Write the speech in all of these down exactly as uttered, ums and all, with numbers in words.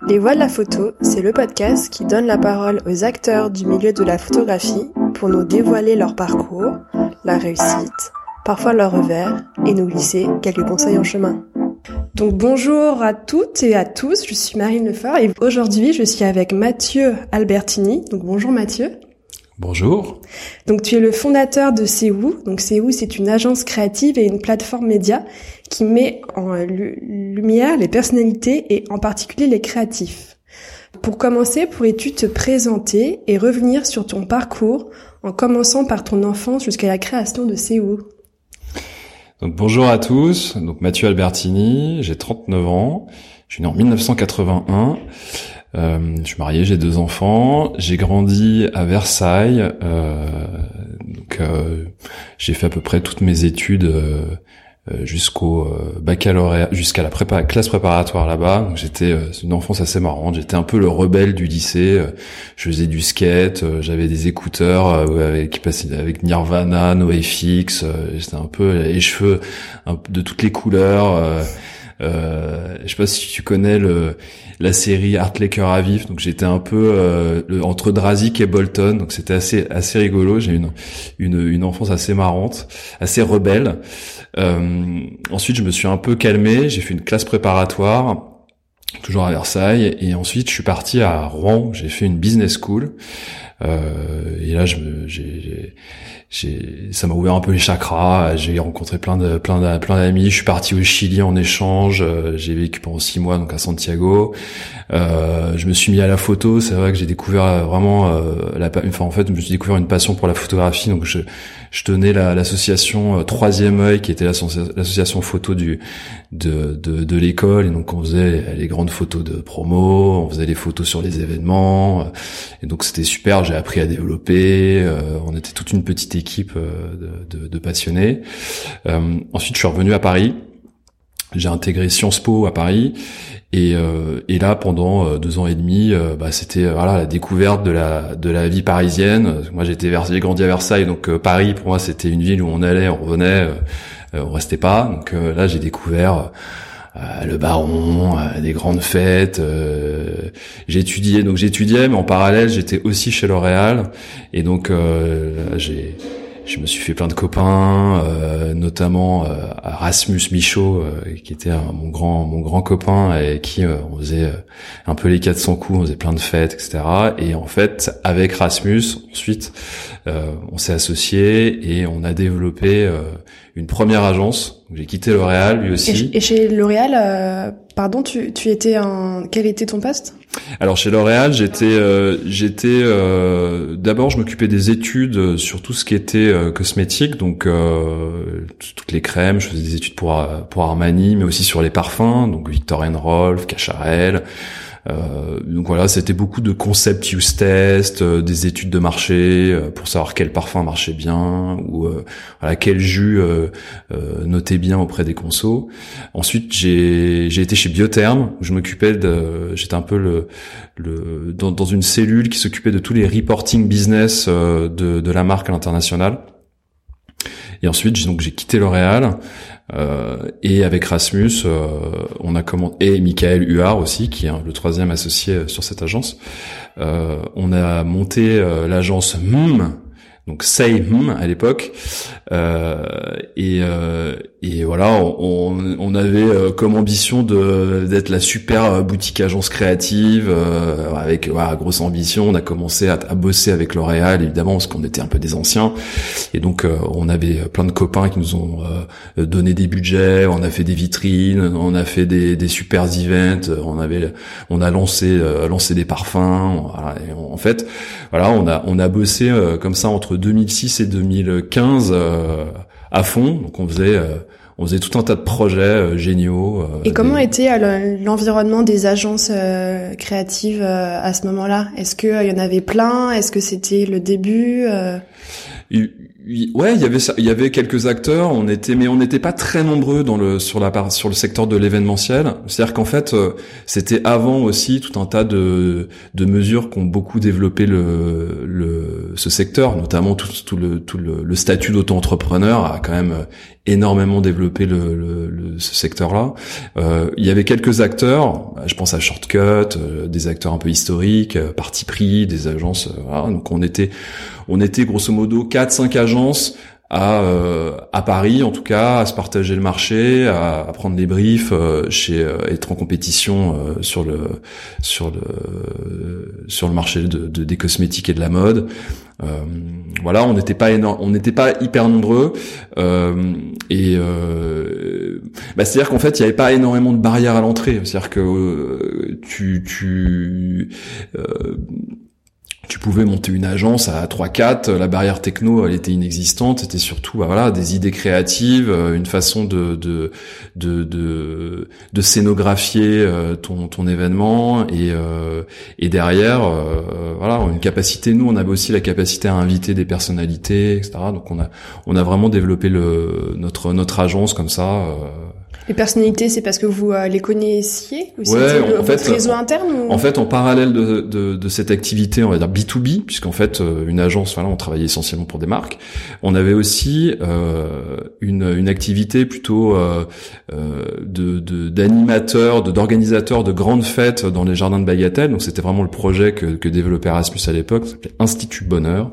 Les Voix de la photo, c'est le podcast qui donne la parole aux acteurs du milieu de la photographie pour nous dévoiler leur parcours, la réussite, parfois leur revers, et nous glisser quelques conseils en chemin. Donc bonjour à toutes et à tous, je suis Marine Lefort et aujourd'hui je suis avec Mathieu Albertini. Donc bonjour Mathieu. Bonjour. Donc tu es le fondateur de Seou. Donc Seou, c'est une agence créative et une plateforme média qui met en lumière les personnalités et en particulier les créatifs. Pour commencer, pourrais-tu te présenter et revenir sur ton parcours en commençant par ton enfance jusqu'à la création de Seou? Donc bonjour à tous, donc Mathieu Albertini, j'ai trente-neuf ans, je suis né en dix-neuf cent quatre-vingt-un. Euh, je suis marié, j'ai deux enfants, j'ai grandi à Versailles, euh, donc euh, j'ai fait à peu près toutes mes études euh, jusqu'au euh, baccalauréat, jusqu'à la prépa, classe préparatoire là-bas. Donc j'étais euh, une enfance assez marrante, j'étais un peu le rebelle du lycée. Euh, je faisais du skate, euh, j'avais des écouteurs euh, avec, qui passaient avec Nirvana, NoFX. Euh, j'étais un peu les cheveux un, de toutes les couleurs. Euh, Euh, je sais pas si tu connais le la série Art les cœurs à vif, donc j'étais un peu euh, le, entre Drazik et Bolton, donc c'était assez assez rigolo. J'ai une une une enfance assez marrante, assez rebelle. Euh, ensuite je me suis un peu calmé, j'ai fait une classe préparatoire toujours à Versailles et ensuite je suis parti à Rouen, j'ai fait une business school. Euh, et là je me j'ai, j'ai J'ai, ça m'a ouvert un peu les chakras. J'ai rencontré plein de, plein de, plein d'amis. Je suis parti au Chili en échange. J'ai vécu pendant six mois donc à Santiago. Euh, je me suis mis à la photo. C'est vrai que j'ai découvert vraiment, euh, la, enfin en fait, je me suis découvert une passion pour la photographie. Donc je, je tenais la, l'association euh, Troisième Œil, qui était l'association photo du, de, de, de l'école. Et donc on faisait les, les grandes photos de promo, on faisait les photos sur les événements. Et donc c'était super. J'ai appris à développer. Euh, on était toute une petite équipe de, de, de passionnés. Euh, ensuite, je suis revenu à Paris. J'ai intégré Sciences Po à Paris. Et, euh, et là, pendant deux ans et demi, euh, bah, c'était voilà la découverte de la de la vie parisienne. Moi, j'étais vers, j'ai grandi à Versailles, donc euh, Paris pour moi c'était une ville où on allait, on revenait, euh, on restait pas. Donc euh, là, j'ai découvert Euh, le Baron, euh, des grandes fêtes. Euh, j'étudiais, donc j'étudiais, mais en parallèle, j'étais aussi chez L'Oréal. Et donc, euh, j'ai, je me suis fait plein de copains, euh, notamment euh, Rasmus Michaud, euh, qui était euh, mon grand, mon grand copain, et qui euh, on faisait euh, un peu les quatre cents coups, on faisait plein de fêtes, et cetera. Et en fait, avec Rasmus, ensuite, euh, on s'est associés et on a développé euh, une première agence. J'ai quitté L'Oréal, lui aussi. Et, et chez L'Oréal, euh, pardon, tu, tu étais un, quel était ton poste? Alors chez L'Oréal, j'étais, euh, j'étais, euh, d'abord je m'occupais des études sur tout ce qui était euh, cosmétique, donc euh, toutes les crèmes. Je faisais des études pour pour Armani, mais aussi sur les parfums, donc Viktor and Rolf, Cacharel. Euh, donc voilà, c'était beaucoup de concept use test, euh, des études de marché euh, pour savoir quel parfum marchait bien ou euh, voilà quel jus euh, euh, notait bien auprès des consos. Ensuite, j'ai j'ai été chez Biotherm où je m'occupais de, j'étais un peu le le dans, dans une cellule qui s'occupait de tous les reporting business euh, de de la marque à l'international. Et ensuite, j'ai, donc j'ai quitté L'Oréal. Euh, et avec Rasmus, euh, on a commencé, et Michael Huard aussi, qui est le troisième associé sur cette agence. Euh, on a monté euh, l'agence M M, donc Say M à l'époque, euh, et euh, et voilà, on, on avait euh, comme ambition de d'être la super boutique agence créative euh, avec voilà, grosse ambition. On a commencé à, à bosser avec L'Oréal évidemment parce qu'on était un peu des anciens, et donc euh, on avait plein de copains qui nous ont euh, donné des budgets, on a fait des vitrines, on a fait des des super events, on avait on a lancé euh, lancé des parfums. Voilà, et on, en fait, voilà, on a on a bossé euh, comme ça entre deux mille six et deux mille quinze euh, à fond. Donc on faisait euh, on faisait tout un tas de projets euh, géniaux. Euh, et comment des... était euh, l'environnement des agences euh, créatives euh, à ce moment-là? Est-ce que euh, il y en avait plein? Est-ce que c'était le début? euh... Ouais, il y avait ça, il y avait quelques acteurs, on était, mais on n'était pas très nombreux dans le sur la part sur le secteur de l'événementiel. C'est-à-dire qu'en fait, euh, c'était avant aussi tout un tas de de mesures qui ont beaucoup développé le le ce secteur, notamment tout tout le tout le, le statut d'auto-entrepreneur a quand même énormément développé le, le, le ce secteur-là. Euh, il y avait quelques acteurs, je pense à Shortcut, euh, des acteurs un peu historiques, euh, Parti Pris, des agences. Euh, voilà. Donc on était, on était grosso modo quatre, cinq agences à euh, à Paris en tout cas, à se partager le marché, à, à prendre des briefs, euh, chez euh, être en compétition euh, sur le sur le euh, sur le marché de, de des cosmétiques et de la mode. Euh, voilà, on n'était pas énorme, on n'était pas hyper nombreux euh, et euh, bah, c'est-à-dire qu'en fait il y avait pas énormément de barrières à l'entrée. C'est-à-dire que euh, tu tu euh, tu pouvais monter une agence à trois quatre, la barrière techno elle était inexistante, c'était surtout bah, voilà des idées créatives, une façon de de de de, de scénographier euh, ton ton événement et euh, et derrière euh, voilà une capacité, nous on avait aussi la capacité à inviter des personnalités, et cetera. Donc on a on a vraiment développé le notre notre agence comme ça. Euh, Les personnalités, c'est parce que vous euh, les connaissiez ou ouais, c'était le, en votre fait, réseau interne ou... En fait, en parallèle de, de, de cette activité, on va dire B deux B, puisqu'en fait, une agence, voilà, on travaillait essentiellement pour des marques. On avait aussi euh, une, une activité plutôt euh, euh, de, de, d'animateur, de, d'organisateur de grandes fêtes dans les jardins de Bagatelle. Donc, c'était vraiment le projet que, que développait Erasmus à l'époque, ça s'appelait Institut Bonheur.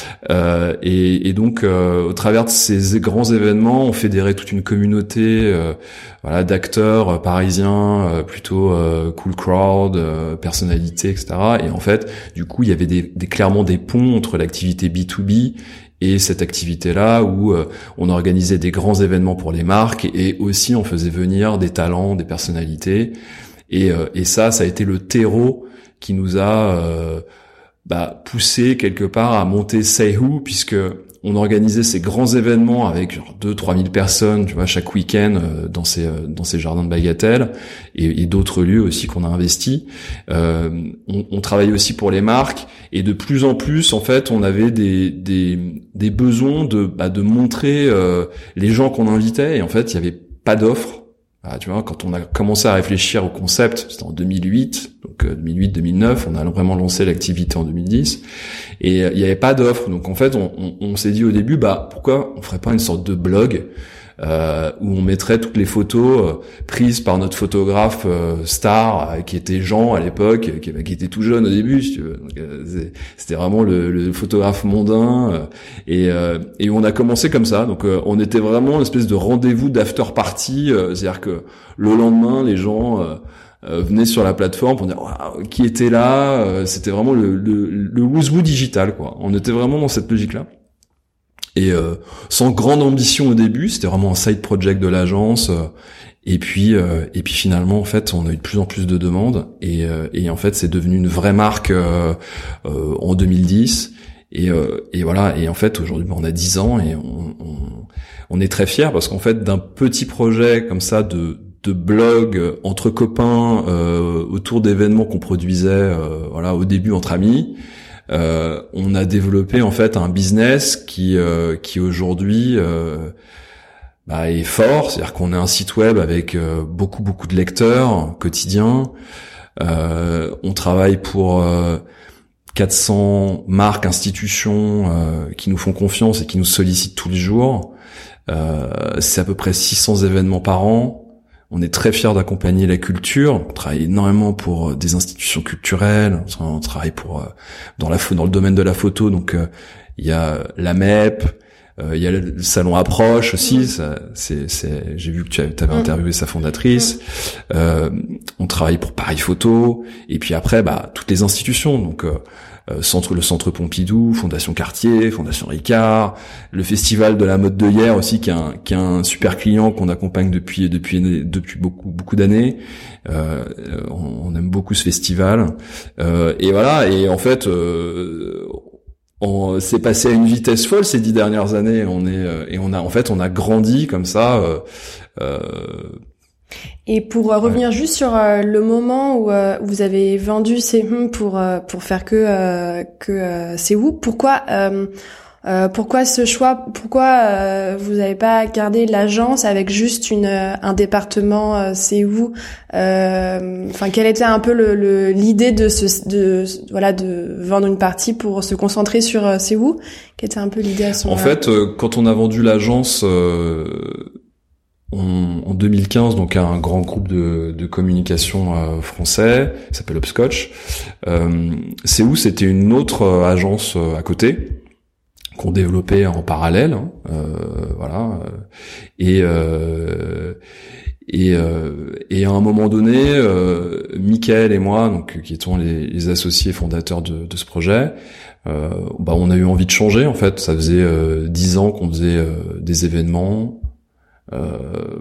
Euh, et, et donc, euh, au travers de ces grands événements, on fédérait toute une communauté euh, voilà d'acteurs euh, parisiens euh, plutôt euh, cool crowd, euh, personnalités, et cetera. Et en fait, du coup, il y avait des, des clairement des ponts entre l'activité B deux B et cette activité-là où euh, on organisait des grands événements pour les marques et aussi on faisait venir des talents, des personnalités. Et, euh, et ça, ça a été le terreau qui nous a euh, bah, poussé quelque part à monter Say Who, puisque on organisait ces grands événements avec genre deux, trois mille personnes, tu vois, chaque week-end euh, dans ces euh, dans ces jardins de Bagatelle et, et d'autres lieux aussi qu'on a investis. Euh, on, on travaillait aussi pour les marques et de plus en plus, en fait, on avait des des des besoins de bah, de montrer euh, les gens qu'on invitait et en fait, il y avait pas d'offre. Ah, tu vois, quand on a commencé à réfléchir au concept, c'était en deux mille huit, donc euh, deux mille huit deux mille neuf, on a vraiment lancé l'activité en deux mille dix, et euh, il n'y avait pas d'offre. Donc en fait, on, on, on s'est dit au début, bah pourquoi on ferait pas une sorte de blog euh, où on mettrait toutes les photos euh, prises par notre photographe euh, star, euh, qui était Jean à l'époque, qui, qui était tout jeune au début, si tu veux. Donc, euh, c'était vraiment le, le photographe mondain, euh, et, euh, et on a commencé comme ça. Donc euh, on était vraiment une espèce de rendez-vous d'after party, euh, c'est-à-dire que le lendemain, les gens euh, euh, venaient sur la plateforme pour dire waouh, qui était là. Euh, c'était vraiment le, le, le who's who digital, quoi. On était vraiment dans cette logique-là. Et euh, sans grande ambition au début, c'était vraiment un side project de l'agence. Euh, et puis, euh, et puis finalement, en fait, on a eu de plus en plus de demandes. Et, euh, et en fait, c'est devenu une vraie marque euh, euh, en deux mille dix. Et, euh, et voilà. Et en fait, aujourd'hui, on a dix ans et on, on, on est très fiers parce qu'en fait, d'un petit projet comme ça de de blog entre copains euh, autour d'événements qu'on produisait, euh, voilà, au début entre amis. Euh, on a développé en fait un business qui euh, qui aujourd'hui euh, bah, est fort, c'est-à-dire qu'on a un site web avec euh, beaucoup beaucoup de lecteurs quotidiens. Euh, on travaille pour euh, quatre cents marques, institutions euh, qui nous font confiance et qui nous sollicitent tous les jours. Euh, c'est à peu près six cents événements par an. On est très fiers d'accompagner la culture. On travaille énormément pour des institutions culturelles. On travaille pour dans la dans le domaine de la photo. Donc il y a l'A M E P, il y a le salon Approche aussi. Mmh. Ça, c'est, c'est. J'ai vu que tu avais mmh. interviewé sa fondatrice. Mmh. Euh, on travaille pour Paris Photo. Et puis après, bah toutes les institutions. Donc euh, Centre, le Centre Pompidou, Fondation Cartier, Fondation Ricard, le Festival de la mode de hier aussi, qui est un, qui est un super client qu'on accompagne depuis depuis depuis beaucoup beaucoup d'années. Euh, on, on aime beaucoup ce festival. Euh, et voilà. Et en fait, euh, on s'est passé à une vitesse folle ces dix dernières années. On est et on a en fait on a grandi comme ça. Euh, euh, Et pour euh, revenir ouais. juste sur euh, le moment où euh, vous avez vendu ces hum pour euh, pour faire que euh, que euh, c'est où, pourquoi euh, Euh, pourquoi ce choix? Pourquoi euh, vous n'avez pas gardé l'agence avec juste une euh, un département euh, c'est où? Enfin, quelle était un peu le, le l'idée de ce de voilà de vendre une partie pour se concentrer sur euh, c'est où? Quelle était un peu l'idée à ce moment-là? En fait, euh, quand on a vendu l'agence euh, on, en deux mille quinze, donc à un grand groupe de, de communication euh, français, qui s'appelle Hopscotch, euh, c'est où c'était une autre euh, agence euh, à côté qu'on développait en parallèle, hein, euh, voilà, et euh, et euh, et à un moment donné, euh, Michael et moi, donc qui étions les, les associés fondateurs de, de ce projet, euh, bah on a eu envie de changer. En fait, ça faisait euh, dix ans qu'on faisait euh, des événements. Euh,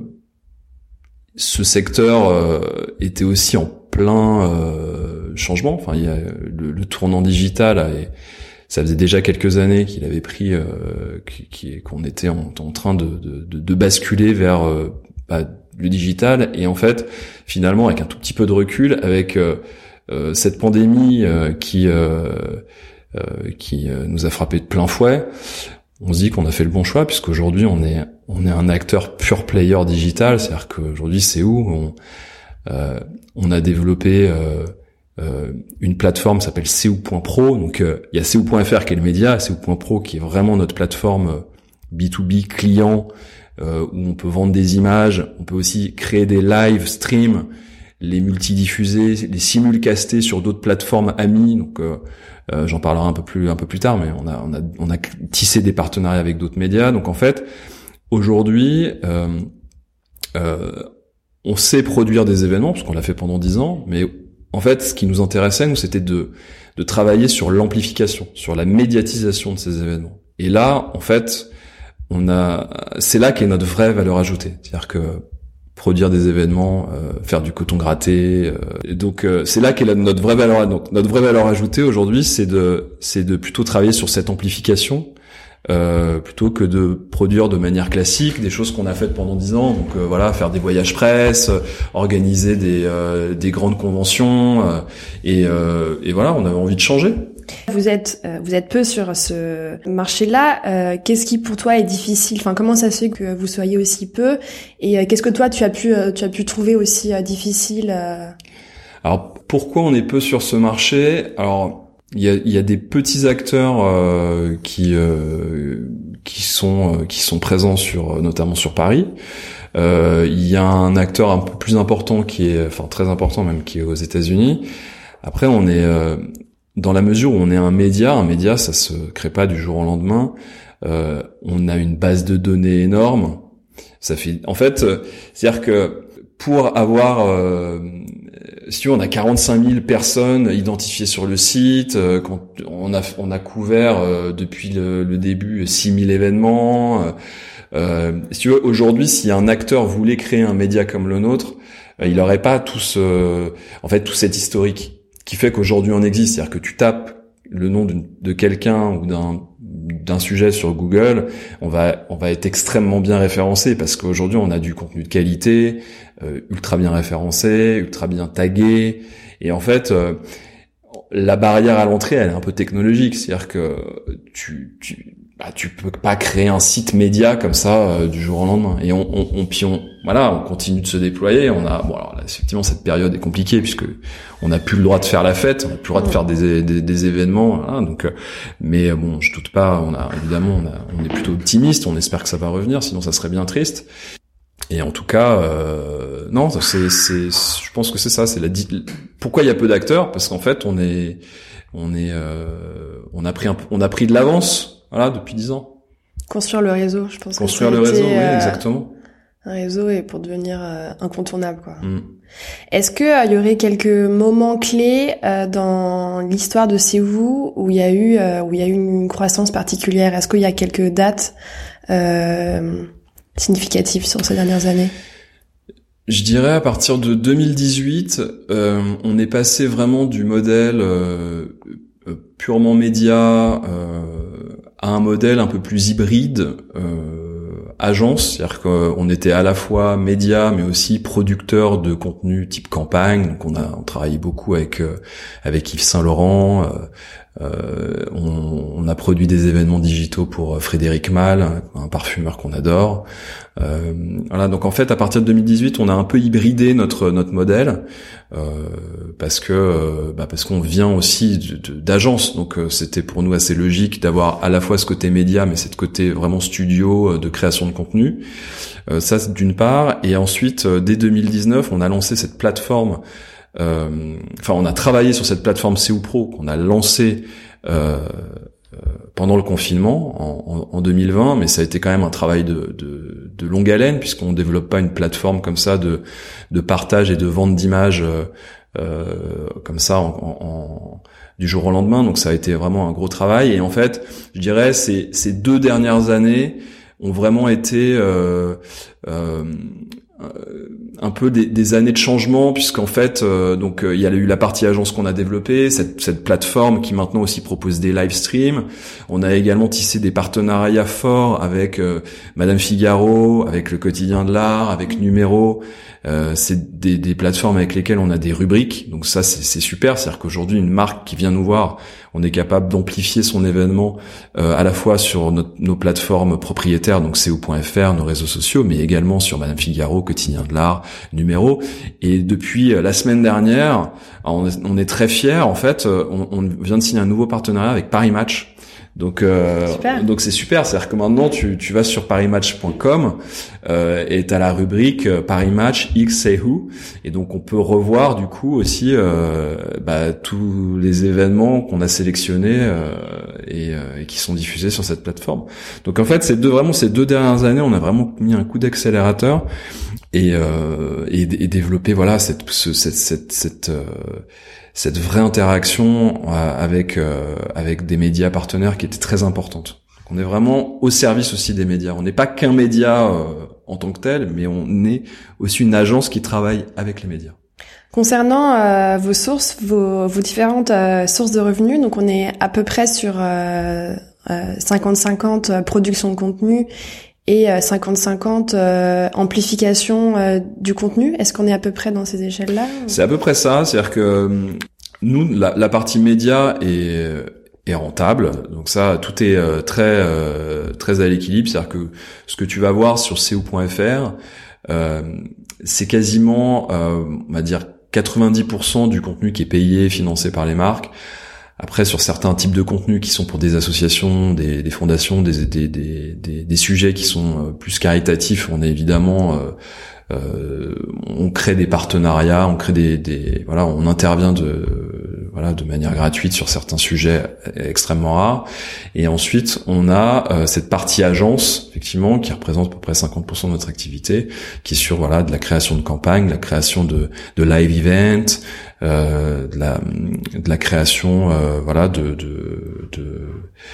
ce secteur euh, était aussi en plein euh, changement. Enfin, il y a le, le tournant digital. Et ça faisait déjà quelques années qu'il avait pris, euh, qui, qu'on était en, en train de, de, de, de basculer vers euh, bah, le digital. Et en fait, finalement, avec un tout petit peu de recul, avec euh, euh, cette pandémie euh, qui euh, euh, qui euh, nous a frappé de plein fouet, on se dit qu'on a fait le bon choix, puisqu'aujourd'hui on est on est un acteur pure player digital, c'est-à-dire qu'aujourd'hui c'est où on euh, on a développé euh, euh, une plateforme qui s'appelle C O U point pro. Donc euh, il y a C O U point F R qui est le média, C O U point pro qui est vraiment notre plateforme B deux B client, euh, où on peut vendre des images, on peut aussi créer des live streams, les multidiffuser, les simulcaster sur d'autres plateformes amies. Donc euh, euh, j'en parlerai un peu plus un peu plus tard, mais on a on a on a tissé des partenariats avec d'autres médias. Donc en fait, aujourd'hui, euh, euh, on sait produire des événements parce qu'on l'a fait pendant dix ans, mais en fait, ce qui nous intéressait, nous, c'était de de travailler sur l'amplification, sur la médiatisation de ces événements. Et là, en fait, on a, c'est là qu'est notre vraie valeur ajoutée. C'est-à-dire que produire des événements, euh, faire du coton gratté, euh, et donc euh, c'est là qu'est la, notre vraie valeur. Donc notre vraie valeur ajoutée aujourd'hui, c'est de c'est de plutôt travailler sur cette amplification. Euh, plutôt que de produire de manière classique des choses qu'on a faites pendant dix ans, donc euh, voilà, faire des voyages presse, euh, organiser des euh, des grandes conventions, euh, et euh, et voilà, on avait envie de changer. Vous êtes euh, vous êtes peu sur ce marché-là. Euh, qu'est-ce qui pour toi est difficile? Enfin, comment ça se fait que vous soyez aussi peu? Et euh, qu'est-ce que toi tu as pu euh, tu as pu trouver aussi euh, difficile? euh... Alors pourquoi on est peu sur ce marché? Alors Il y a, il y a des petits acteurs euh, qui euh, qui sont euh, qui sont présents sur notamment sur Paris. Euh, il y a un acteur un peu plus important qui est, enfin très important même, qui est aux États-Unis. Après, on est euh, dans la mesure où on est un média. Un média, ça se crée pas du jour au lendemain. Euh, on a une base de données énorme. Ça fait, en fait, c'est-à-dire que pour avoir euh, si on a quarante-cinq mille personnes identifiées sur le site, euh, quand on a on a couvert euh, depuis le, le début six mille événements. Euh, euh, si tu veux, aujourd'hui, si un acteur voulait créer un média comme le nôtre, euh, il n'aurait pas tout ce, en fait, tout cet historique qui fait qu'aujourd'hui on existe. C'est-à-dire que tu tapes le nom d'une, de quelqu'un ou d'un d'un sujet sur Google, on va on va être extrêmement bien référencé parce qu'aujourd'hui on a du contenu de qualité, euh, ultra bien référencé, ultra bien tagué, et en fait euh, la barrière à l'entrée elle est un peu technologique, c'est-à-dire que tu tu bah tu peux pas créer un site média comme ça euh, du jour au lendemain, et on on, on puis on voilà on continue de se déployer. On a bon alors là, effectivement cette période est compliquée puisque on n'a plus le droit de faire la fête, on n'a plus le droit de faire des des, des événements, voilà, donc euh, mais bon je doute pas, on a évidemment on a on est plutôt optimiste, on espère que ça va revenir, sinon ça serait bien triste. Et en tout cas euh, non c'est c'est je pense que c'est ça, c'est la pourquoi il y a peu d'acteurs, parce qu'en fait on est on est euh, on a pris un on a pris de l'avance. Voilà, depuis dix ans. Construire le réseau, je pense. Construire que le réseau, été, oui, euh, exactement. Un réseau et pour devenir euh, incontournable, quoi. Mm. Est-ce que il euh, y aurait quelques moments clés euh, dans l'histoire de C O U où il y a eu euh, où il y a eu une croissance particulière? Est-ce qu'il y a quelques dates euh, significatives sur ces dernières années? Je dirais à partir de deux mille dix-huit, euh, on est passé vraiment du modèle euh, purement média euh, à un modèle un peu plus hybride, euh, agence, c'est-à-dire qu'on était à la fois média mais aussi producteur de contenu type campagne. Donc on a on travaille beaucoup avec euh, avec Yves Saint Laurent. Euh, euh, on, on a produit des événements digitaux pour Frédéric Malle, un parfumeur qu'on adore. Euh, voilà, donc en fait à partir de deux mille dix-huit, on a un peu hybridé notre notre modèle euh, parce que euh, bah parce qu'on vient aussi de, de, d'agence, donc euh, c'était pour nous assez logique d'avoir à la fois ce côté média mais ce côté vraiment studio euh, de création de contenu. Euh, ça c'est d'une part, et ensuite euh, dès deux mille dix-neuf, on a lancé cette plateforme. Euh, enfin, on a travaillé sur cette plateforme C E O Pro qu'on a lancée euh, euh, pendant le confinement en, en, en deux mille vingt, mais ça a été quand même un travail de, de, de longue haleine puisqu'on développe pas une plateforme comme ça de, de partage et de vente d'images euh, euh, comme ça en, en, en, du jour au lendemain. Donc ça a été vraiment un gros travail. Et en fait, je dirais ces, ces deux dernières années ont vraiment été euh, euh, un peu des, des années de changement, puisqu'en fait euh, donc euh, il y a eu la partie agence qu'on a développée, cette, cette plateforme qui maintenant aussi propose des live streams. On a également tissé des partenariats forts avec euh, Madame Figaro, avec le Quotidien de l'Art, avec Numéro. Euh, c'est des, des plateformes avec lesquelles on a des rubriques, donc ça c'est, c'est super. C'est-à-dire qu'aujourd'hui une marque qui vient nous voir, on est capable d'amplifier son événement euh, à la fois sur notre, nos plateformes propriétaires, donc C E O point F R, nos réseaux sociaux, mais également sur Madame Figaro, Quotidien de l'Art, Numéro. Et depuis euh, la semaine dernière, on est, on est très fiers. En fait, on, on vient de signer un nouveau partenariat avec Paris Match. Donc, euh, donc c'est super. C'est-à-dire que maintenant, tu, tu vas sur paris match point com euh, et t'as la rubrique euh, Paris Match X Say Who, et donc on peut revoir du coup aussi euh, bah, tous les événements qu'on a sélectionnés euh, et, euh, et qui sont diffusés sur cette plateforme. Donc en fait, ces deux vraiment ces deux dernières années, on a vraiment mis un coup d'accélérateur et euh, et, et développé voilà cette ce, cette cette cette euh, cette vraie interaction avec euh, avec des médias partenaires qui était très importante. Donc on est vraiment au service aussi des médias. On n'est pas qu'un média euh, en tant que tel, mais on est aussi une agence qui travaille avec les médias. Concernant euh, vos sources, vos, vos différentes euh, sources de revenus, donc on est à peu près sur euh, euh, cinquante cinquante euh, production de contenu et cinquante cinquante euh, amplification euh, du contenu. Est-ce qu'on est à peu près dans ces échelles-là ou... C'est à peu près ça. C'est-à-dire que nous, la, la partie média est, est rentable. Donc ça, tout est euh, très euh, très à l'équilibre. C'est-à-dire que ce que tu vas voir sur C E O point F R, euh, c'est quasiment, euh, on va dire, quatre-vingt-dix pour cent du contenu qui est payé, financé par les marques. Après, sur certains types de contenus qui sont pour des associations, des, des fondations, des, des, des, des, des sujets qui sont plus caritatifs, on est évidemment, euh, euh, on crée des partenariats, on crée des, des, voilà, on intervient de, voilà, de manière gratuite sur certains sujets extrêmement rares. Et ensuite, on a euh, cette partie agence, effectivement, qui représente à peu près cinquante pour cent de notre activité, qui est sur, voilà, de la création de campagnes, de la création de, de live events. Euh, de la de la création euh, voilà de de de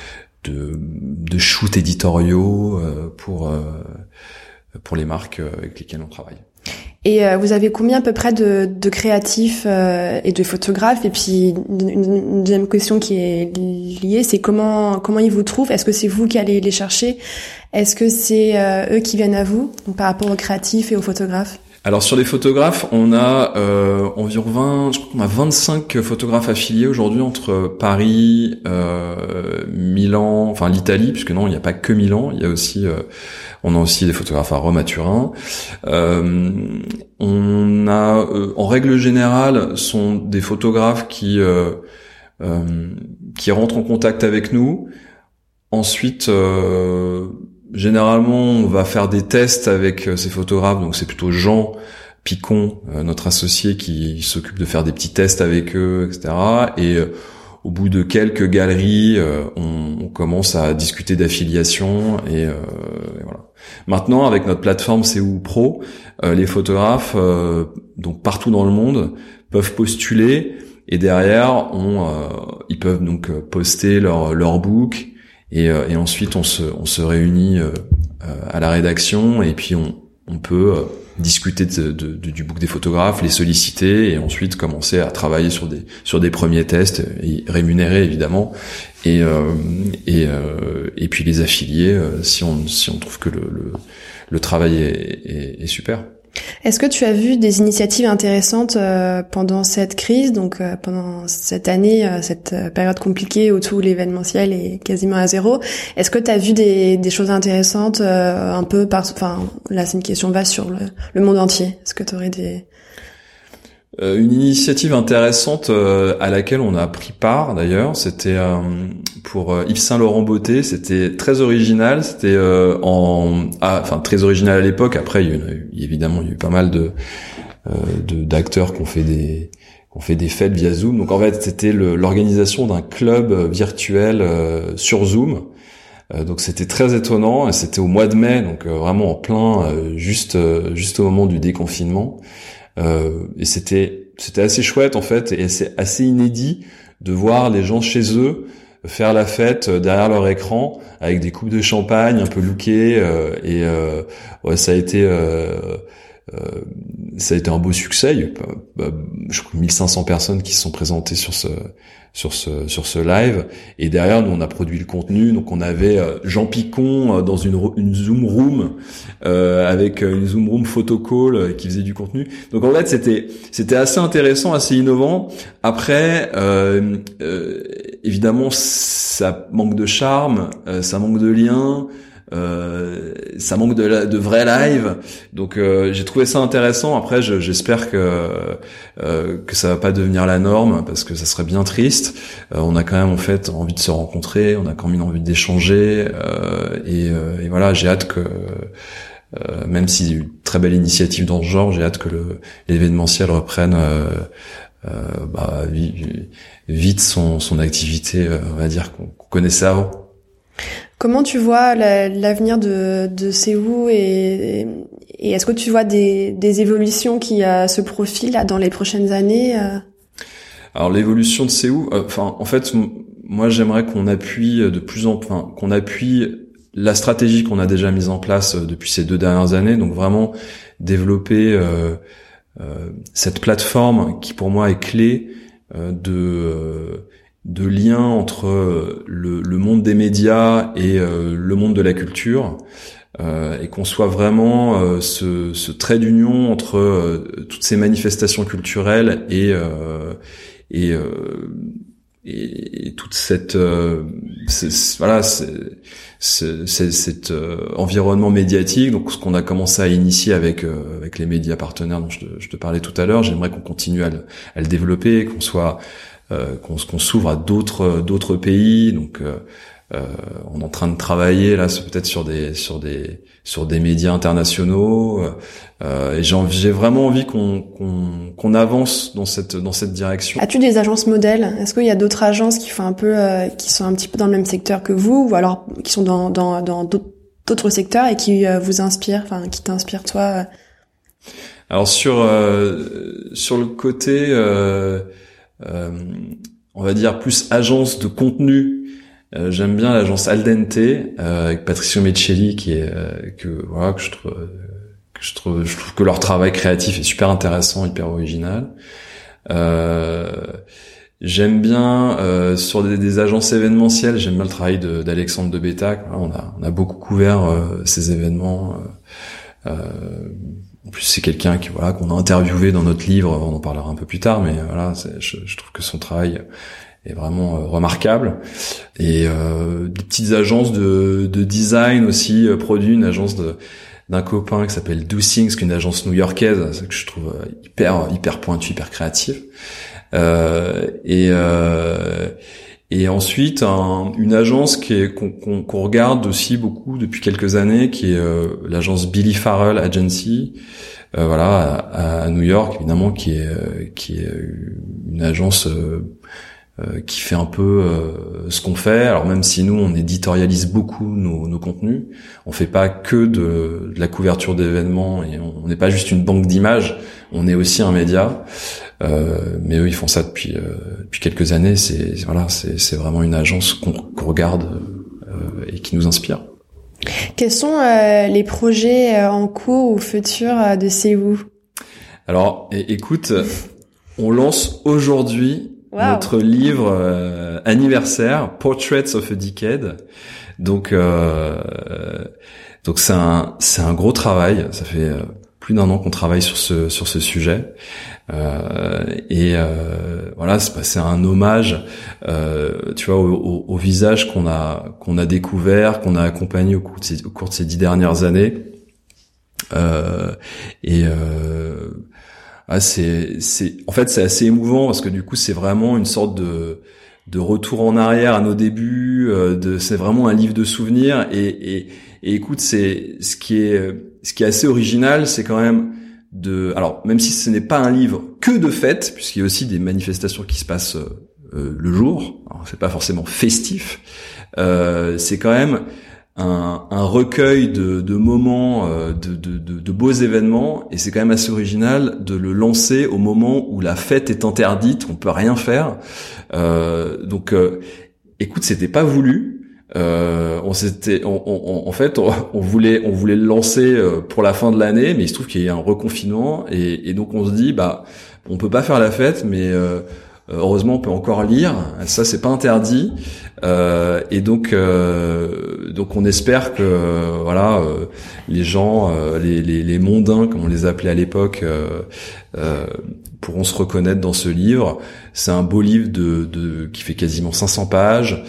de, de shoots éditoriaux euh, pour euh, pour les marques avec lesquelles on travaille. Et euh, vous avez combien à peu près de, de créatifs euh, et de photographes? Et puis une, une deuxième question qui est liée, c'est comment comment ils vous trouvent? Est-ce que c'est vous qui allez les chercher? Est-ce que c'est euh, eux qui viennent à vous, donc, par rapport aux créatifs et aux photographes? Alors sur les photographes, on a euh, environ vingt, je crois qu'on a vingt-cinq photographes affiliés aujourd'hui entre Paris, euh, Milan, enfin l'Italie, puisque non, il n'y a pas que Milan, il y a aussi, euh, on a aussi des photographes à Rome, à Turin. Euh, on a, euh, en règle générale, sont des photographes qui euh, euh, qui rentrent en contact avec nous. Ensuite. Euh, Généralement, on va faire des tests avec ces photographes, donc c'est plutôt Jean Picon, euh, notre associé, qui s'occupe de faire des petits tests avec eux, et cetera. Et euh, au bout de quelques galeries, euh, on, on commence à discuter d'affiliation et, euh, et voilà. Maintenant, avec notre plateforme C E O Pro, euh, les photographes, euh, donc partout dans le monde, peuvent postuler et derrière, on, euh, ils peuvent donc poster leur leur book. Et, euh, et ensuite on se on se réunit euh, à la rédaction et puis on on peut euh, discuter de, de, de, du book des photographes, les solliciter et ensuite commencer à travailler sur des sur des premiers tests et rémunérer évidemment et euh, et euh, et puis les affiliés euh, si on si on trouve que le le, le travail est, est, est super. Est-ce que tu as vu des initiatives intéressantes euh, pendant cette crise, donc euh, pendant cette année, euh, cette euh, période compliquée où tout l'événementiel est quasiment à zéro? Est-ce que tu as vu des, des choses intéressantes euh, un peu par... Enfin, là, c'est une question vaste sur le, le monde entier. Est-ce que tu aurais des... Euh, une initiative intéressante euh, à laquelle on a pris part d'ailleurs, c'était euh, pour euh, Yves Saint Laurent Beauté. C'était très original, c'était euh, en ah, enfin très original à l'époque. Après il y a eu, évidemment il y a eu pas mal de euh, de d'acteurs qui ont fait des qui ont fait des fêtes via Zoom. Donc en fait c'était le, l'organisation d'un club virtuel euh, sur Zoom. Euh, donc c'était très étonnant et c'était au mois de mai, donc euh, vraiment en plein euh, juste euh, juste au moment du déconfinement. Euh, et c'était c'était assez chouette en fait et c'est assez inédit de voir les gens chez eux faire la fête derrière leur écran avec des coupes de champagne un peu lookées euh, et euh, ouais ça a été euh, euh, ça a été un beau succès. Il y a eu, bah, je crois mille cinq cents personnes qui se sont présentées sur ce sur ce sur ce live et derrière nous on a produit le contenu. Donc on avait euh, Jean Picon euh, dans une une Zoom room euh, avec une Zoom room photo call euh, qui faisait du contenu. Donc en fait c'était c'était assez intéressant, assez innovant. Après euh, euh, évidemment ça manque de charme, euh, ça manque de lien. Euh, ça manque de, la, de vrais live, donc euh, j'ai trouvé ça intéressant. Après, je, j'espère que euh, que ça va pas devenir la norme parce que ça serait bien triste. Euh, on a quand même en fait envie de se rencontrer, on a quand même envie d'échanger, euh, et, euh, et voilà, j'ai hâte que euh, même si une très belle initiative dans ce genre, j'ai hâte que le, l'événementiel reprenne euh, euh, bah, vite son son activité, euh, on va dire qu'on, qu'on connaissait avant. Comment tu vois la, l'avenir de, de Sewu et, et est-ce que tu vois des, des évolutions qui euh, se profilent là, dans les prochaines années euh Alors l'évolution de Sewu, enfin euh, en fait m- moi j'aimerais qu'on appuie de plus en plus, enfin, qu'on appuie la stratégie qu'on a déjà mise en place depuis ces deux dernières années, donc vraiment développer euh, euh, cette plateforme qui pour moi est clé euh, de euh, de lien entre le, le monde des médias et euh, le monde de la culture, euh, et qu'on soit vraiment euh, ce, ce trait d'union entre euh, toutes ces manifestations culturelles et euh, et, euh, et et toute cette euh, c'est, c'est, voilà c'est, c'est, c'est cet euh, environnement médiatique. Donc ce qu'on a commencé à initier avec euh, avec les médias partenaires dont je te, je te parlais tout à l'heure, j'aimerais qu'on continue à le, à le développer, qu'on soit Euh, qu'on, qu'on s'ouvre à d'autres d'autres pays. Donc euh, euh, on est en train de travailler là peut-être sur des sur des sur des médias internationaux, euh, et j'ai envie, j'ai vraiment envie qu'on qu'on qu'on avance dans cette dans cette direction. As-tu des agences modèles? Est-ce qu'il y a d'autres agences qui font un peu euh, qui sont un petit peu dans le même secteur que vous, ou alors qui sont dans dans dans d'autres, d'autres secteurs et qui euh, vous inspirent, enfin qui t'inspirent toi? Alors sur euh, sur le côté euh, Euh, on va dire plus agence de contenu, euh, j'aime bien l'agence Aldente euh, avec Patricio Meccelli qui est euh, que voilà que je trouve que je trouve je trouve que leur travail créatif est super intéressant, hyper original. Euh, j'aime bien euh, sur des, des agences événementielles, j'aime bien le travail de, d'Alexandre de Bétac. Voilà, on a on a beaucoup couvert euh, ces événements. Euh, euh, En plus, c'est quelqu'un qui voilà qu'on a interviewé dans notre livre. On en parlera un peu plus tard, mais voilà, c'est, je, je trouve que son travail est vraiment euh, remarquable. Et euh, des petites agences de, de design aussi euh, produit une agence de d'un copain qui s'appelle Do Things, qui est une agence new-yorkaise que je trouve hyper hyper pointue, hyper créative. Euh, et euh, Et ensuite, un, une agence qui est, qu'on, qu'on, qu'on regarde aussi beaucoup depuis quelques années, qui est euh, l'agence Billy Farrell Agency, euh, voilà, à, à New York, évidemment, qui est euh, qui est une agence euh, euh, qui fait un peu euh, ce qu'on fait. Alors même si nous, on éditorialise beaucoup nos, nos contenus, on fait pas que de, de la couverture d'événements et on n'est pas juste une banque d'images, on est aussi un média. Euh, mais eux ils font ça depuis euh, depuis quelques années. C'est voilà, c'est c'est vraiment une agence qu'on, qu'on regarde euh, et qui nous inspire. Quels sont euh, les projets euh, en cours ou futurs euh, de Sewu? Alors, é- écoute, on lance aujourd'hui Wow. Notre livre euh, anniversaire, Portraits of a Decade. Donc, euh, donc c'est un, c'est un gros travail. Ça fait euh, plus d'un an qu'on travaille sur ce, sur ce sujet. Euh, et euh, voilà, c'est, c'est un hommage, euh, tu vois, au, au, au visage qu'on a, qu'on a découvert, qu'on a accompagné au cours de ces, au cours de ces dix dernières années. Euh, et euh, ah, c'est, c'est, en fait, c'est assez émouvant parce que du coup, c'est vraiment une sorte de de retour en arrière à nos débuts. Euh, de, c'est vraiment un livre de souvenirs. Et, et, et écoute, c'est ce qui est, ce qui est assez original, c'est quand même de, alors même si ce n'est pas un livre que de fêtes, puisqu'il y a aussi des manifestations qui se passent euh, le jour. Alors, c'est pas forcément festif. Euh, c'est quand même Un, un recueil de, de moments, euh, de, de, de, de beaux événements, et c'est quand même assez original de le lancer au moment où la fête est interdite, on peut rien faire. Euh, donc, euh, écoute, c'était pas voulu. Euh, on s'était, on, on, en fait, on, on voulait, on voulait le lancer pour la fin de l'année, mais il se trouve qu'il y a un reconfinement, et, et donc on se dit, bah, on peut pas faire la fête, mais euh, heureusement, on peut encore lire. Ça, c'est pas interdit. Euh, et donc, euh, donc, on espère que euh, voilà, euh, les gens, euh, les, les, les mondains, comme on les appelait à l'époque, euh, euh, pourront se reconnaître dans ce livre. C'est un beau livre de, de qui fait quasiment cinq cents pages.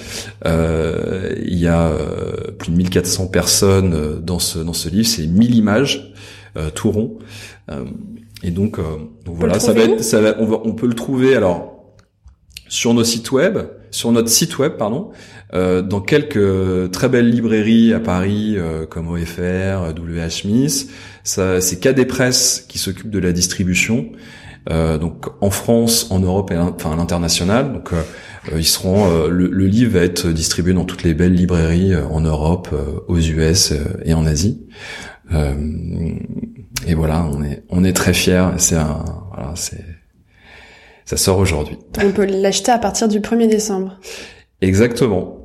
Euh, il y a euh, plus de mille quatre cents personnes dans ce dans ce livre. C'est mille images, euh, tout rond. Euh, et donc, euh, donc voilà, ça va être, ça va, on va, on peut le trouver alors sur nos sites web, sur notre site web, pardon, euh, dans quelques très belles librairies à Paris, euh, comme O F R, W H Smith. Ça, c'est Cadet Presse qui s'occupe de la distribution, euh, donc en France, en Europe et enfin à l'international. Donc, euh, ils seront, euh, le, le livre va être distribué dans toutes les belles librairies euh, en Europe, euh, aux U S euh, et en Asie. Euh, et voilà, on est, on est très fiers. C'est un, voilà, c'est Ça sort aujourd'hui. On peut l'acheter à partir du premier décembre. Exactement.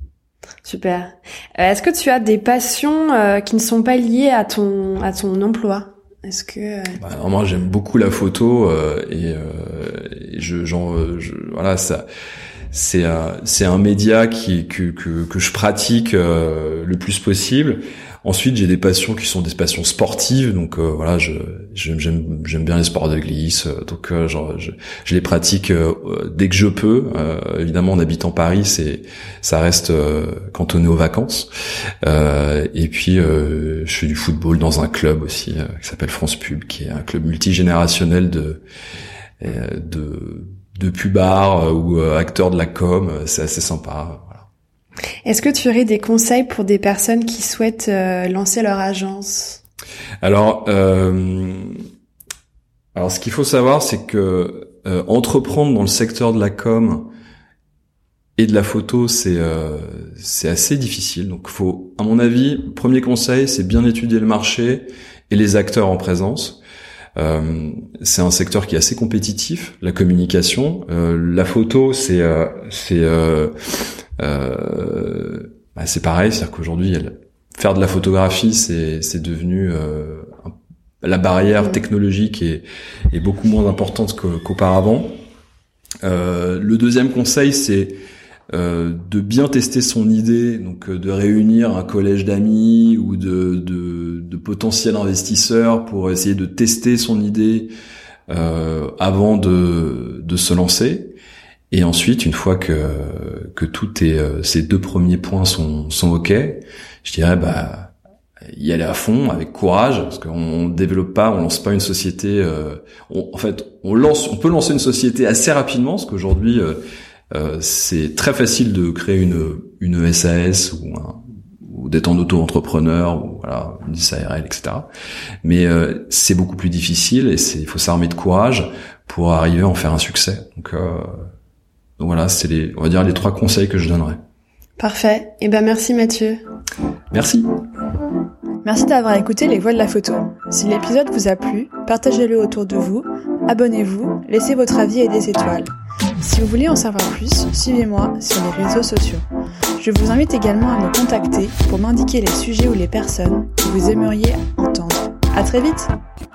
Super. Euh, est-ce que tu as des passions euh, qui ne sont pas liées à ton à ton emploi ? Est-ce que euh... bah, alors moi j'aime beaucoup la photo euh, et, euh, et je, genre, je voilà ça c'est un c'est un média qui que que, que je pratique euh, le plus possible. Ensuite, j'ai des passions qui sont des passions sportives, donc euh, voilà, je j'aime j'aime j'aime bien les sports de glisse, donc euh, genre je, je les pratique euh, dès que je peux. Euh, évidemment, en habitant Paris, c'est ça reste euh, cantonné aux vacances. Euh, et puis euh, je fais du football dans un club aussi euh, qui s'appelle France Pub, qui est un club multigénérationnel de euh, de de pubards ou euh, acteurs de la com. C'est assez sympa. Est-ce que tu aurais des conseils pour des personnes qui souhaitent euh, lancer leur agence ? Alors, euh, alors ce qu'il faut savoir, c'est que euh, entreprendre dans le secteur de la com et de la photo, c'est euh, c'est assez difficile. Donc, faut, à mon avis, premier conseil, c'est bien étudier le marché et les acteurs en présence. Euh, c'est un secteur qui est assez compétitif, la communication, euh, la photo, c'est euh, c'est euh, Euh, bah c'est pareil, c'est-à-dire qu'aujourd'hui, faire de la photographie, c'est, c'est devenu euh, la barrière technologique est, est beaucoup moins importante qu'auparavant. Euh, le deuxième conseil, c'est euh, de bien tester son idée, donc de réunir un collège d'amis ou de, de, de potentiels investisseurs pour essayer de tester son idée euh, avant de, de se lancer. Et ensuite, une fois que que tout est euh, ces deux premiers points sont sont ok, je dirais bah y aller à fond avec courage, parce qu'on développe pas, on lance pas une société. Euh, on, en fait, on lance, on peut lancer une société assez rapidement, parce qu'aujourd'hui euh, euh, c'est très facile de créer une une S A S ou un, ou d'être en auto-entrepreneur ou voilà une S A R L, et cetera. Mais euh, c'est beaucoup plus difficile et c'est il faut s'armer de courage pour arriver à en faire un succès. Donc euh, Donc voilà, c'est les, on va dire les trois conseils que je donnerais. Parfait. Eh ben merci Mathieu. Merci. Merci d'avoir écouté Les Voix de la Photo. Si l'épisode vous a plu, partagez-le autour de vous, abonnez-vous, laissez votre avis et des étoiles. Si vous voulez en savoir plus, suivez-moi sur les réseaux sociaux. Je vous invite également à me contacter pour m'indiquer les sujets ou les personnes que vous aimeriez entendre. À très vite!